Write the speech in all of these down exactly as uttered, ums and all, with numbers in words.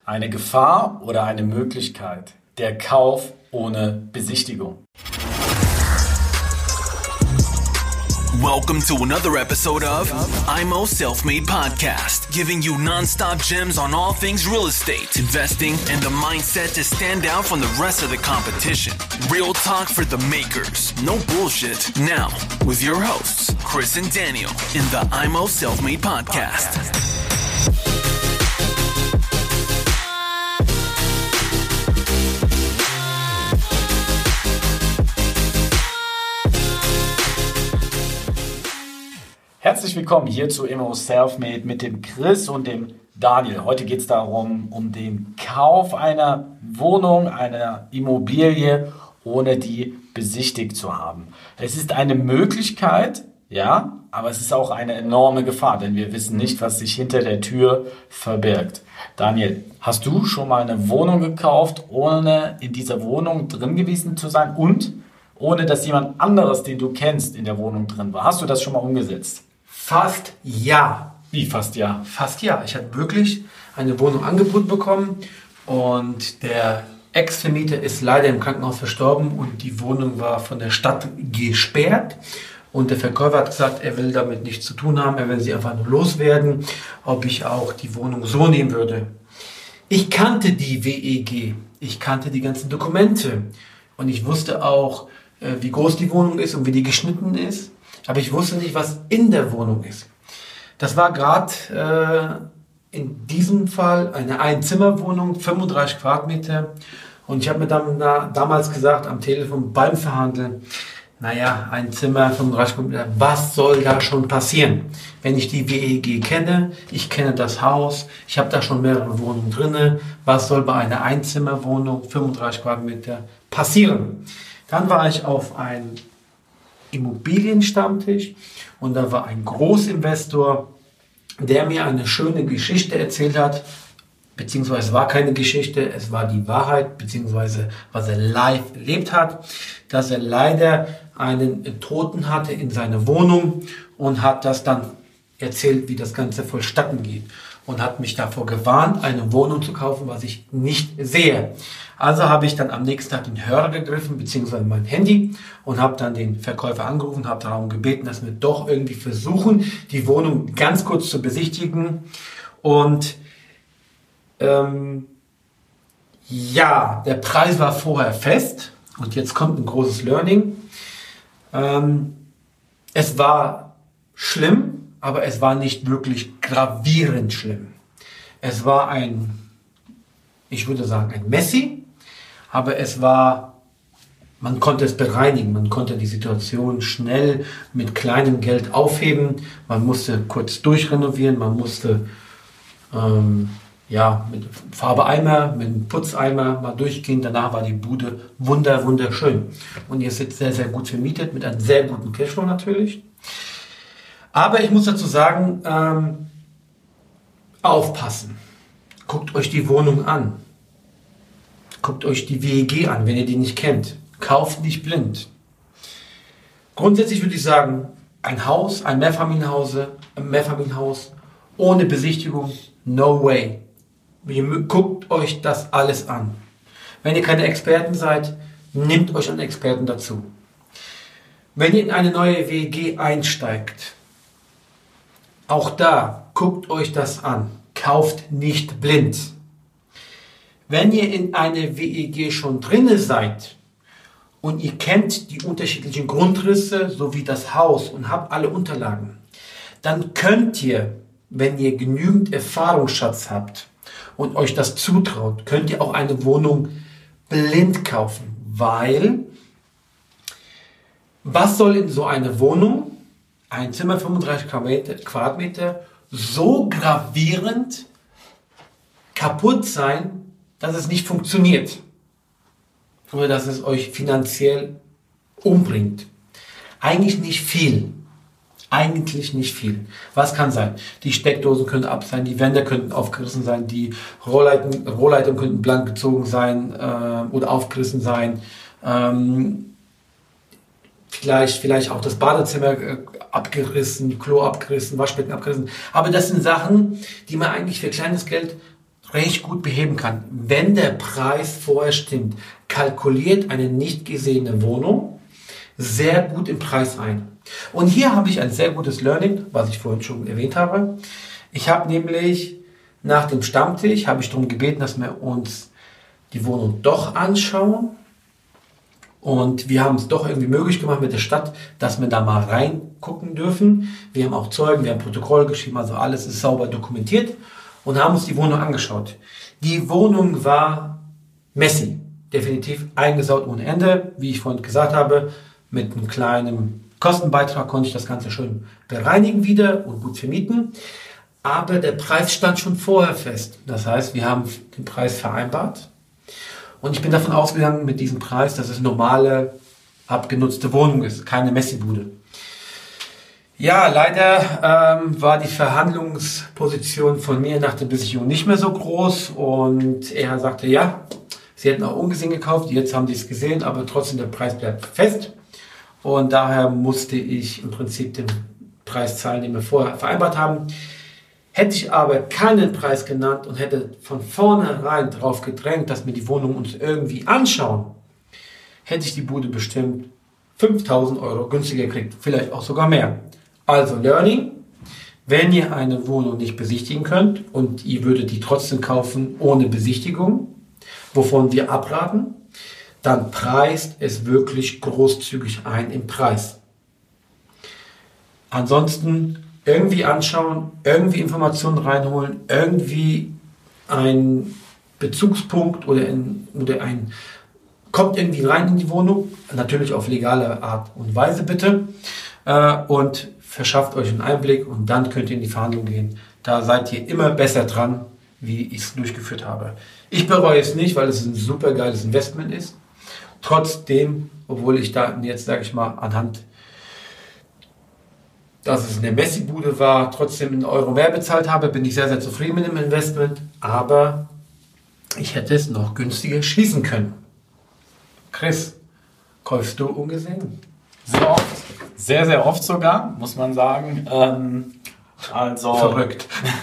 Eine Gefahr oder eine Möglichkeit? Der Kauf ohne Besichtigung. Welcome to another episode of I M O Self-Made Podcast, giving you non-stop gems on all things real estate, investing, and the mindset to stand out from the rest of the competition. Real talk for the makers, no bullshit. Now, with your hosts, Chris and Daniel, in the I M O Self-Made Podcast. Herzlich willkommen hier zu I M O Self-Made mit dem Chris und dem Daniel. Heute geht es darum, um den Kauf einer Wohnung, einer Immobilie, ohne die besichtigt zu haben. Es ist eine Möglichkeit, ja, aber es ist auch eine enorme Gefahr, denn wir wissen nicht, was sich hinter der Tür verbirgt. Daniel, hast du schon mal eine Wohnung gekauft, ohne in dieser Wohnung drin gewesen zu sein und ohne dass jemand anderes, den du kennst, in der Wohnung drin war? Hast du das schon mal umgesetzt? Fast ja. Wie fast ja? Fast ja. Ich habe wirklich eine Wohnung angeboten bekommen und der Ex-Vermieter ist leider im Krankenhaus verstorben und die Wohnung war von der Stadt gesperrt. Und der Verkäufer hat gesagt, er will damit nichts zu tun haben, er will sie einfach nur loswerden, ob ich auch die Wohnung so nehmen würde. Ich kannte die W E G, ich kannte die ganzen Dokumente und ich wusste auch, wie groß die Wohnung ist und wie die geschnitten ist. Aber ich wusste nicht, was in der Wohnung ist. Das war gerade äh, in diesem Fall eine Einzimmerwohnung, fünfunddreißig Quadratmeter. Und ich habe mir dann na, damals gesagt am Telefon beim Verhandeln, naja, ein Zimmer, fünfunddreißig Quadratmeter, was soll da schon passieren? Wenn ich die W E G kenne, ich kenne das Haus, ich habe da schon mehrere Wohnungen drin, was soll bei einer Einzimmerwohnung, fünfunddreißig Quadratmeter, passieren? Dann war ich auf einem Immobilienstammtisch und da war ein Großinvestor, der mir eine schöne Geschichte erzählt hat, beziehungsweise war keine Geschichte, es war die Wahrheit, beziehungsweise was er live erlebt hat, dass er leider einen Toten hatte in seiner Wohnung und hat das dann erzählt, wie das Ganze vonstatten geht und hat mich davor gewarnt, eine Wohnung zu kaufen, was ich nicht sehe. Also habe ich dann am nächsten Tag den Hörer gegriffen, beziehungsweise mein Handy und habe dann den Verkäufer angerufen, habe darum gebeten, dass wir doch irgendwie versuchen, die Wohnung ganz kurz zu besichtigen. Und ähm, ja, der Preis war vorher fest und jetzt kommt ein großes Learning. Ähm, es war schlimm, aber es war nicht wirklich gravierend schlimm. Es war ein, ich würde sagen, ein Messi. Aber es war, man konnte es bereinigen, man konnte die Situation schnell mit kleinem Geld aufheben, man musste kurz durchrenovieren, man musste ähm, ja, mit Farbeeimer, mit einem Putzeimer mal durchgehen, danach war die Bude wunder, wunderschön. Und ihr seid sehr, sehr gut vermietet, mit einem sehr guten Cashflow natürlich. Aber ich muss dazu sagen, ähm, aufpassen, guckt euch die Wohnung an. Guckt euch die W E G an, wenn ihr die nicht kennt. Kauft nicht blind. Grundsätzlich würde ich sagen, ein Haus, ein Mehrfamilienhaus, ein Mehrfamilienhaus ohne Besichtigung, no way. Ihr guckt euch das alles an. Wenn ihr keine Experten seid, nehmt euch einen Experten dazu. Wenn ihr in eine neue W E G einsteigt, auch da, guckt euch das an. Kauft nicht blind. Wenn ihr in einer W E G schon drinne seid und ihr kennt die unterschiedlichen Grundrisse sowie das Haus und habt alle Unterlagen, dann könnt ihr, wenn ihr genügend Erfahrungsschatz habt und euch das zutraut, könnt ihr auch eine Wohnung blind kaufen, weil was soll in so einer Wohnung, ein Zimmer fünfunddreißig Quadratmeter, so gravierend kaputt sein, dass es nicht funktioniert oder dass es euch finanziell umbringt? Eigentlich nicht viel. Eigentlich nicht viel. Was kann sein? Die Steckdosen können ab sein, die Wände könnten aufgerissen sein, die Rohrleitungen, Rohrleitungen könnten blank gezogen sein äh, oder aufgerissen sein. Ähm, vielleicht, vielleicht auch das Badezimmer äh, abgerissen, Klo abgerissen, Waschbecken abgerissen. Aber das sind Sachen, die man eigentlich für kleines Geld recht gut beheben kann, wenn der Preis vorher stimmt. Kalkuliert eine nicht gesehene Wohnung sehr gut im Preis ein. Und hier habe ich ein sehr gutes Learning, was ich vorhin schon erwähnt habe. Ich habe nämlich nach dem Stammtisch, habe ich darum gebeten, dass wir uns die Wohnung doch anschauen. Und wir haben es doch irgendwie möglich gemacht mit der Stadt, dass wir da mal reingucken dürfen. Wir haben auch Zeugen, wir haben Protokoll geschrieben, also alles ist sauber dokumentiert und haben uns die Wohnung angeschaut. Die Wohnung war messy, definitiv eingesaut ohne Ende. Wie ich vorhin gesagt habe, mit einem kleinen Kostenbeitrag konnte ich das Ganze schön bereinigen wieder und gut vermieten. Aber der Preis stand schon vorher fest. Das heißt, wir haben den Preis vereinbart. Und ich bin davon ausgegangen mit diesem Preis, dass es eine normale, abgenutzte Wohnung ist, keine Messi-Bude. Ja, leider ähm, war die Verhandlungsposition von mir nach der Besichtigung nicht mehr so groß. Und er sagte, ja, sie hätten auch ungesehen gekauft, jetzt haben sie es gesehen, aber trotzdem der Preis bleibt fest. Und daher musste ich im Prinzip den Preis zahlen, den wir vorher vereinbart haben. Hätte ich aber keinen Preis genannt und hätte von vornherein darauf gedrängt, dass wir die Wohnung uns irgendwie anschauen, hätte ich die Bude bestimmt fünftausend Euro günstiger gekriegt, vielleicht auch sogar mehr. Also Learning, wenn ihr eine Wohnung nicht besichtigen könnt und ihr würdet die trotzdem kaufen ohne Besichtigung, wovon wir abraten, dann preist es wirklich großzügig ein im Preis. Ansonsten irgendwie anschauen, irgendwie Informationen reinholen, irgendwie ein Bezugspunkt oder, in, oder ein, kommt irgendwie rein in die Wohnung, natürlich auf legale Art und Weise bitte, äh, und verschafft euch einen Einblick und dann könnt ihr in die Verhandlung gehen. Da seid ihr immer besser dran, wie ich es durchgeführt habe. Ich bereue es nicht, weil es ein super geiles Investment ist. Trotzdem, obwohl ich da jetzt, sage ich mal, anhand dass es eine Messi-Bude war, trotzdem einen Euro mehr bezahlt habe, bin ich sehr, sehr zufrieden mit dem Investment. Aber ich hätte es noch günstiger schließen können. Chris, kaufst du ungesehen? Sehr oft. Sehr, sehr oft sogar, muss man sagen. Ähm, also Verrückt.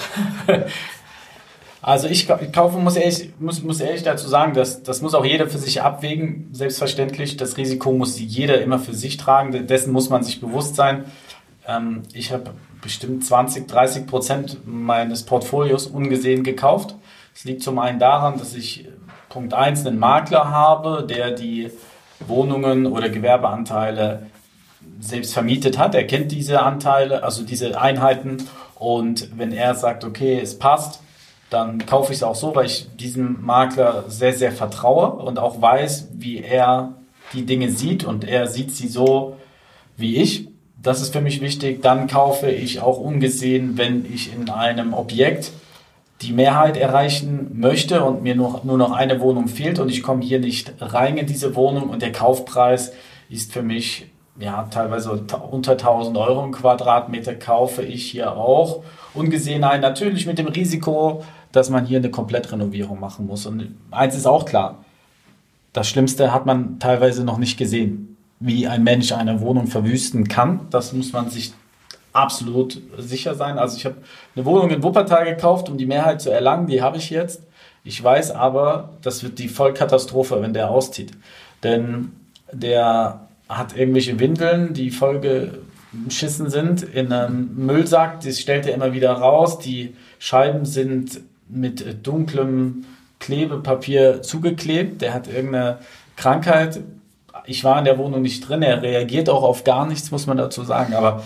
Also ich kaufe, muss ehrlich, muss, muss ehrlich dazu sagen, dass, das muss auch jeder für sich abwägen. Selbstverständlich, das Risiko muss jeder immer für sich tragen. Dessen muss man sich bewusst sein. Ich habe bestimmt zwanzig, dreißig Prozent meines Portfolios ungesehen gekauft. Es liegt zum einen daran, dass ich Punkt eins einen Makler habe, der die Wohnungen oder Gewerbeanteile selbst vermietet hat. Er kennt diese Anteile, also diese Einheiten. Und wenn er sagt, okay, es passt, dann kaufe ich es auch so, weil ich diesem Makler sehr, sehr vertraue und auch weiß, wie er die Dinge sieht. Und er sieht sie so wie ich. Das ist für mich wichtig. Dann kaufe ich auch ungesehen, wenn ich in einem Objekt die Mehrheit erreichen möchte und mir nur, nur noch eine Wohnung fehlt und ich komme hier nicht rein in diese Wohnung und der Kaufpreis ist für mich ja teilweise unter tausend Euro im Quadratmeter, kaufe ich hier auch ungesehen ein. Natürlich mit dem Risiko, dass man hier eine Komplettrenovierung machen muss. Und eins ist auch klar, das Schlimmste hat man teilweise noch nicht gesehen. Wie ein Mensch eine Wohnung verwüsten kann, das muss man sich absolut sicher sein. Also ich habe eine Wohnung in Wuppertal gekauft, um die Mehrheit zu erlangen, die habe ich jetzt. Ich weiß aber, das wird die Vollkatastrophe, wenn der auszieht. Denn der hat irgendwelche Windeln, die vollgeschissen sind, in einem Müllsack, das stellt er immer wieder raus. Die Scheiben sind mit dunklem Klebepapier zugeklebt, der hat irgendeine Krankheit. Ich war in der Wohnung nicht drin, er reagiert auch auf gar nichts, muss man dazu sagen, aber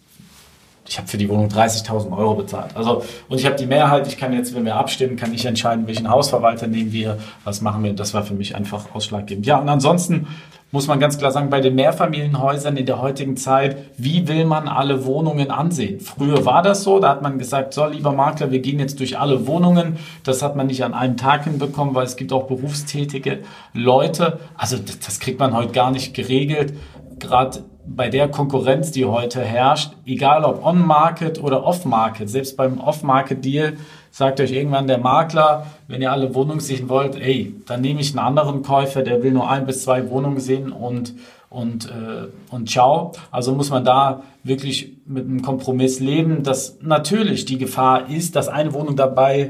ich habe für die Wohnung dreißigtausend Euro bezahlt. Also, und ich habe die Mehrheit, ich kann jetzt, wenn wir abstimmen, kann ich entscheiden, welchen Hausverwalter nehmen wir, was machen wir. Das war für mich einfach ausschlaggebend. Ja, und ansonsten muss man ganz klar sagen, bei den Mehrfamilienhäusern in der heutigen Zeit, wie will man alle Wohnungen ansehen? Früher war das so, da hat man gesagt, so lieber Makler, wir gehen jetzt durch alle Wohnungen. Das hat man nicht an einem Tag hinbekommen, weil es gibt auch berufstätige Leute. Also das, das kriegt man heute gar nicht geregelt. Gerade bei der Konkurrenz, die heute herrscht, egal ob On-Market oder Off-Market, selbst beim Off-Market-Deal sagt euch irgendwann der Makler, wenn ihr alle Wohnungen sehen wollt, ey, dann nehme ich einen anderen Käufer, der will nur ein bis zwei Wohnungen sehen und, und, äh, und ciao. Also muss man da wirklich mit einem Kompromiss leben, dass natürlich die Gefahr ist, dass eine Wohnung dabei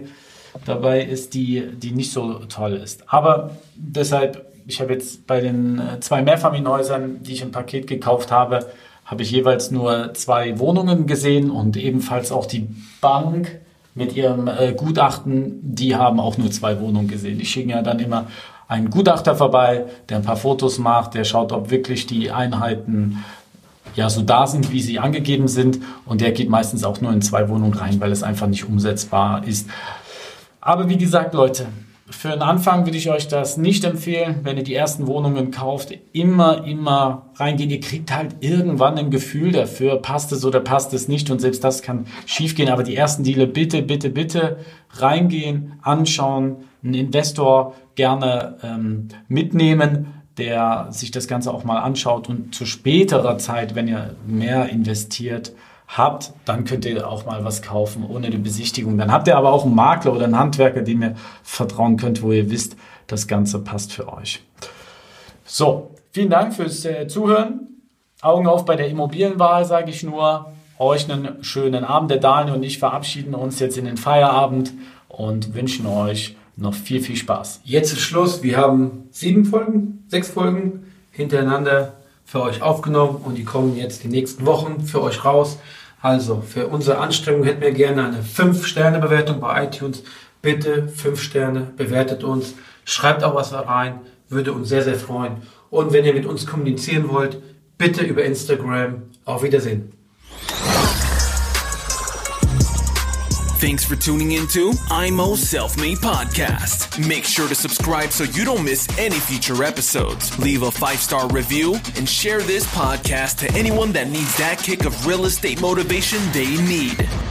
dabei ist, die, die nicht so toll ist. Aber deshalb, ich habe jetzt bei den zwei Mehrfamilienhäusern, die ich im Paket gekauft habe, habe ich jeweils nur zwei Wohnungen gesehen und ebenfalls auch die Bank mit ihrem äh, Gutachten, die haben auch nur zwei Wohnungen gesehen. Ich schicke ja dann immer einen Gutachter vorbei, der ein paar Fotos macht, der schaut, ob wirklich die Einheiten ja so da sind, wie sie angegeben sind, und der geht meistens auch nur in zwei Wohnungen rein, weil es einfach nicht umsetzbar ist. Aber wie gesagt, Leute, für den Anfang würde ich euch das nicht empfehlen, wenn ihr die ersten Wohnungen kauft, immer, immer reingehen. Ihr kriegt halt irgendwann ein Gefühl dafür, passt es oder passt es nicht, und selbst das kann schief gehen. Aber die ersten Deale bitte, bitte, bitte reingehen, anschauen, einen Investor gerne ähm, mitnehmen, der sich das Ganze auch mal anschaut, und zu späterer Zeit, wenn ihr mehr investiert habt, dann könnt ihr auch mal was kaufen ohne eine Besichtigung. Dann habt ihr aber auch einen Makler oder einen Handwerker, dem ihr vertrauen könnt, wo ihr wisst, das Ganze passt für euch. So, vielen Dank fürs äh, Zuhören. Augen auf bei der Immobilienwahl, sage ich nur. Euch einen schönen Abend. Der Daniel und ich verabschieden uns jetzt in den Feierabend und wünschen euch noch viel, viel Spaß. Jetzt ist Schluss. Wir haben sieben Folgen, sechs Folgen hintereinander für euch aufgenommen, und die kommen jetzt die nächsten Wochen für euch raus. Also für unsere Anstrengung hätten wir gerne eine fünf Sterne Bewertung bei iTunes. Bitte fünf Sterne, bewertet uns, schreibt auch was rein, würde uns sehr, sehr freuen. Und wenn ihr mit uns kommunizieren wollt, bitte über Instagram. Auf Wiedersehen. Thanks for tuning into I M O Self-Made Podcast. Make sure to subscribe so you don't miss any future episodes. Leave a five-star review and share this podcast to anyone that needs that kick of real estate motivation they need.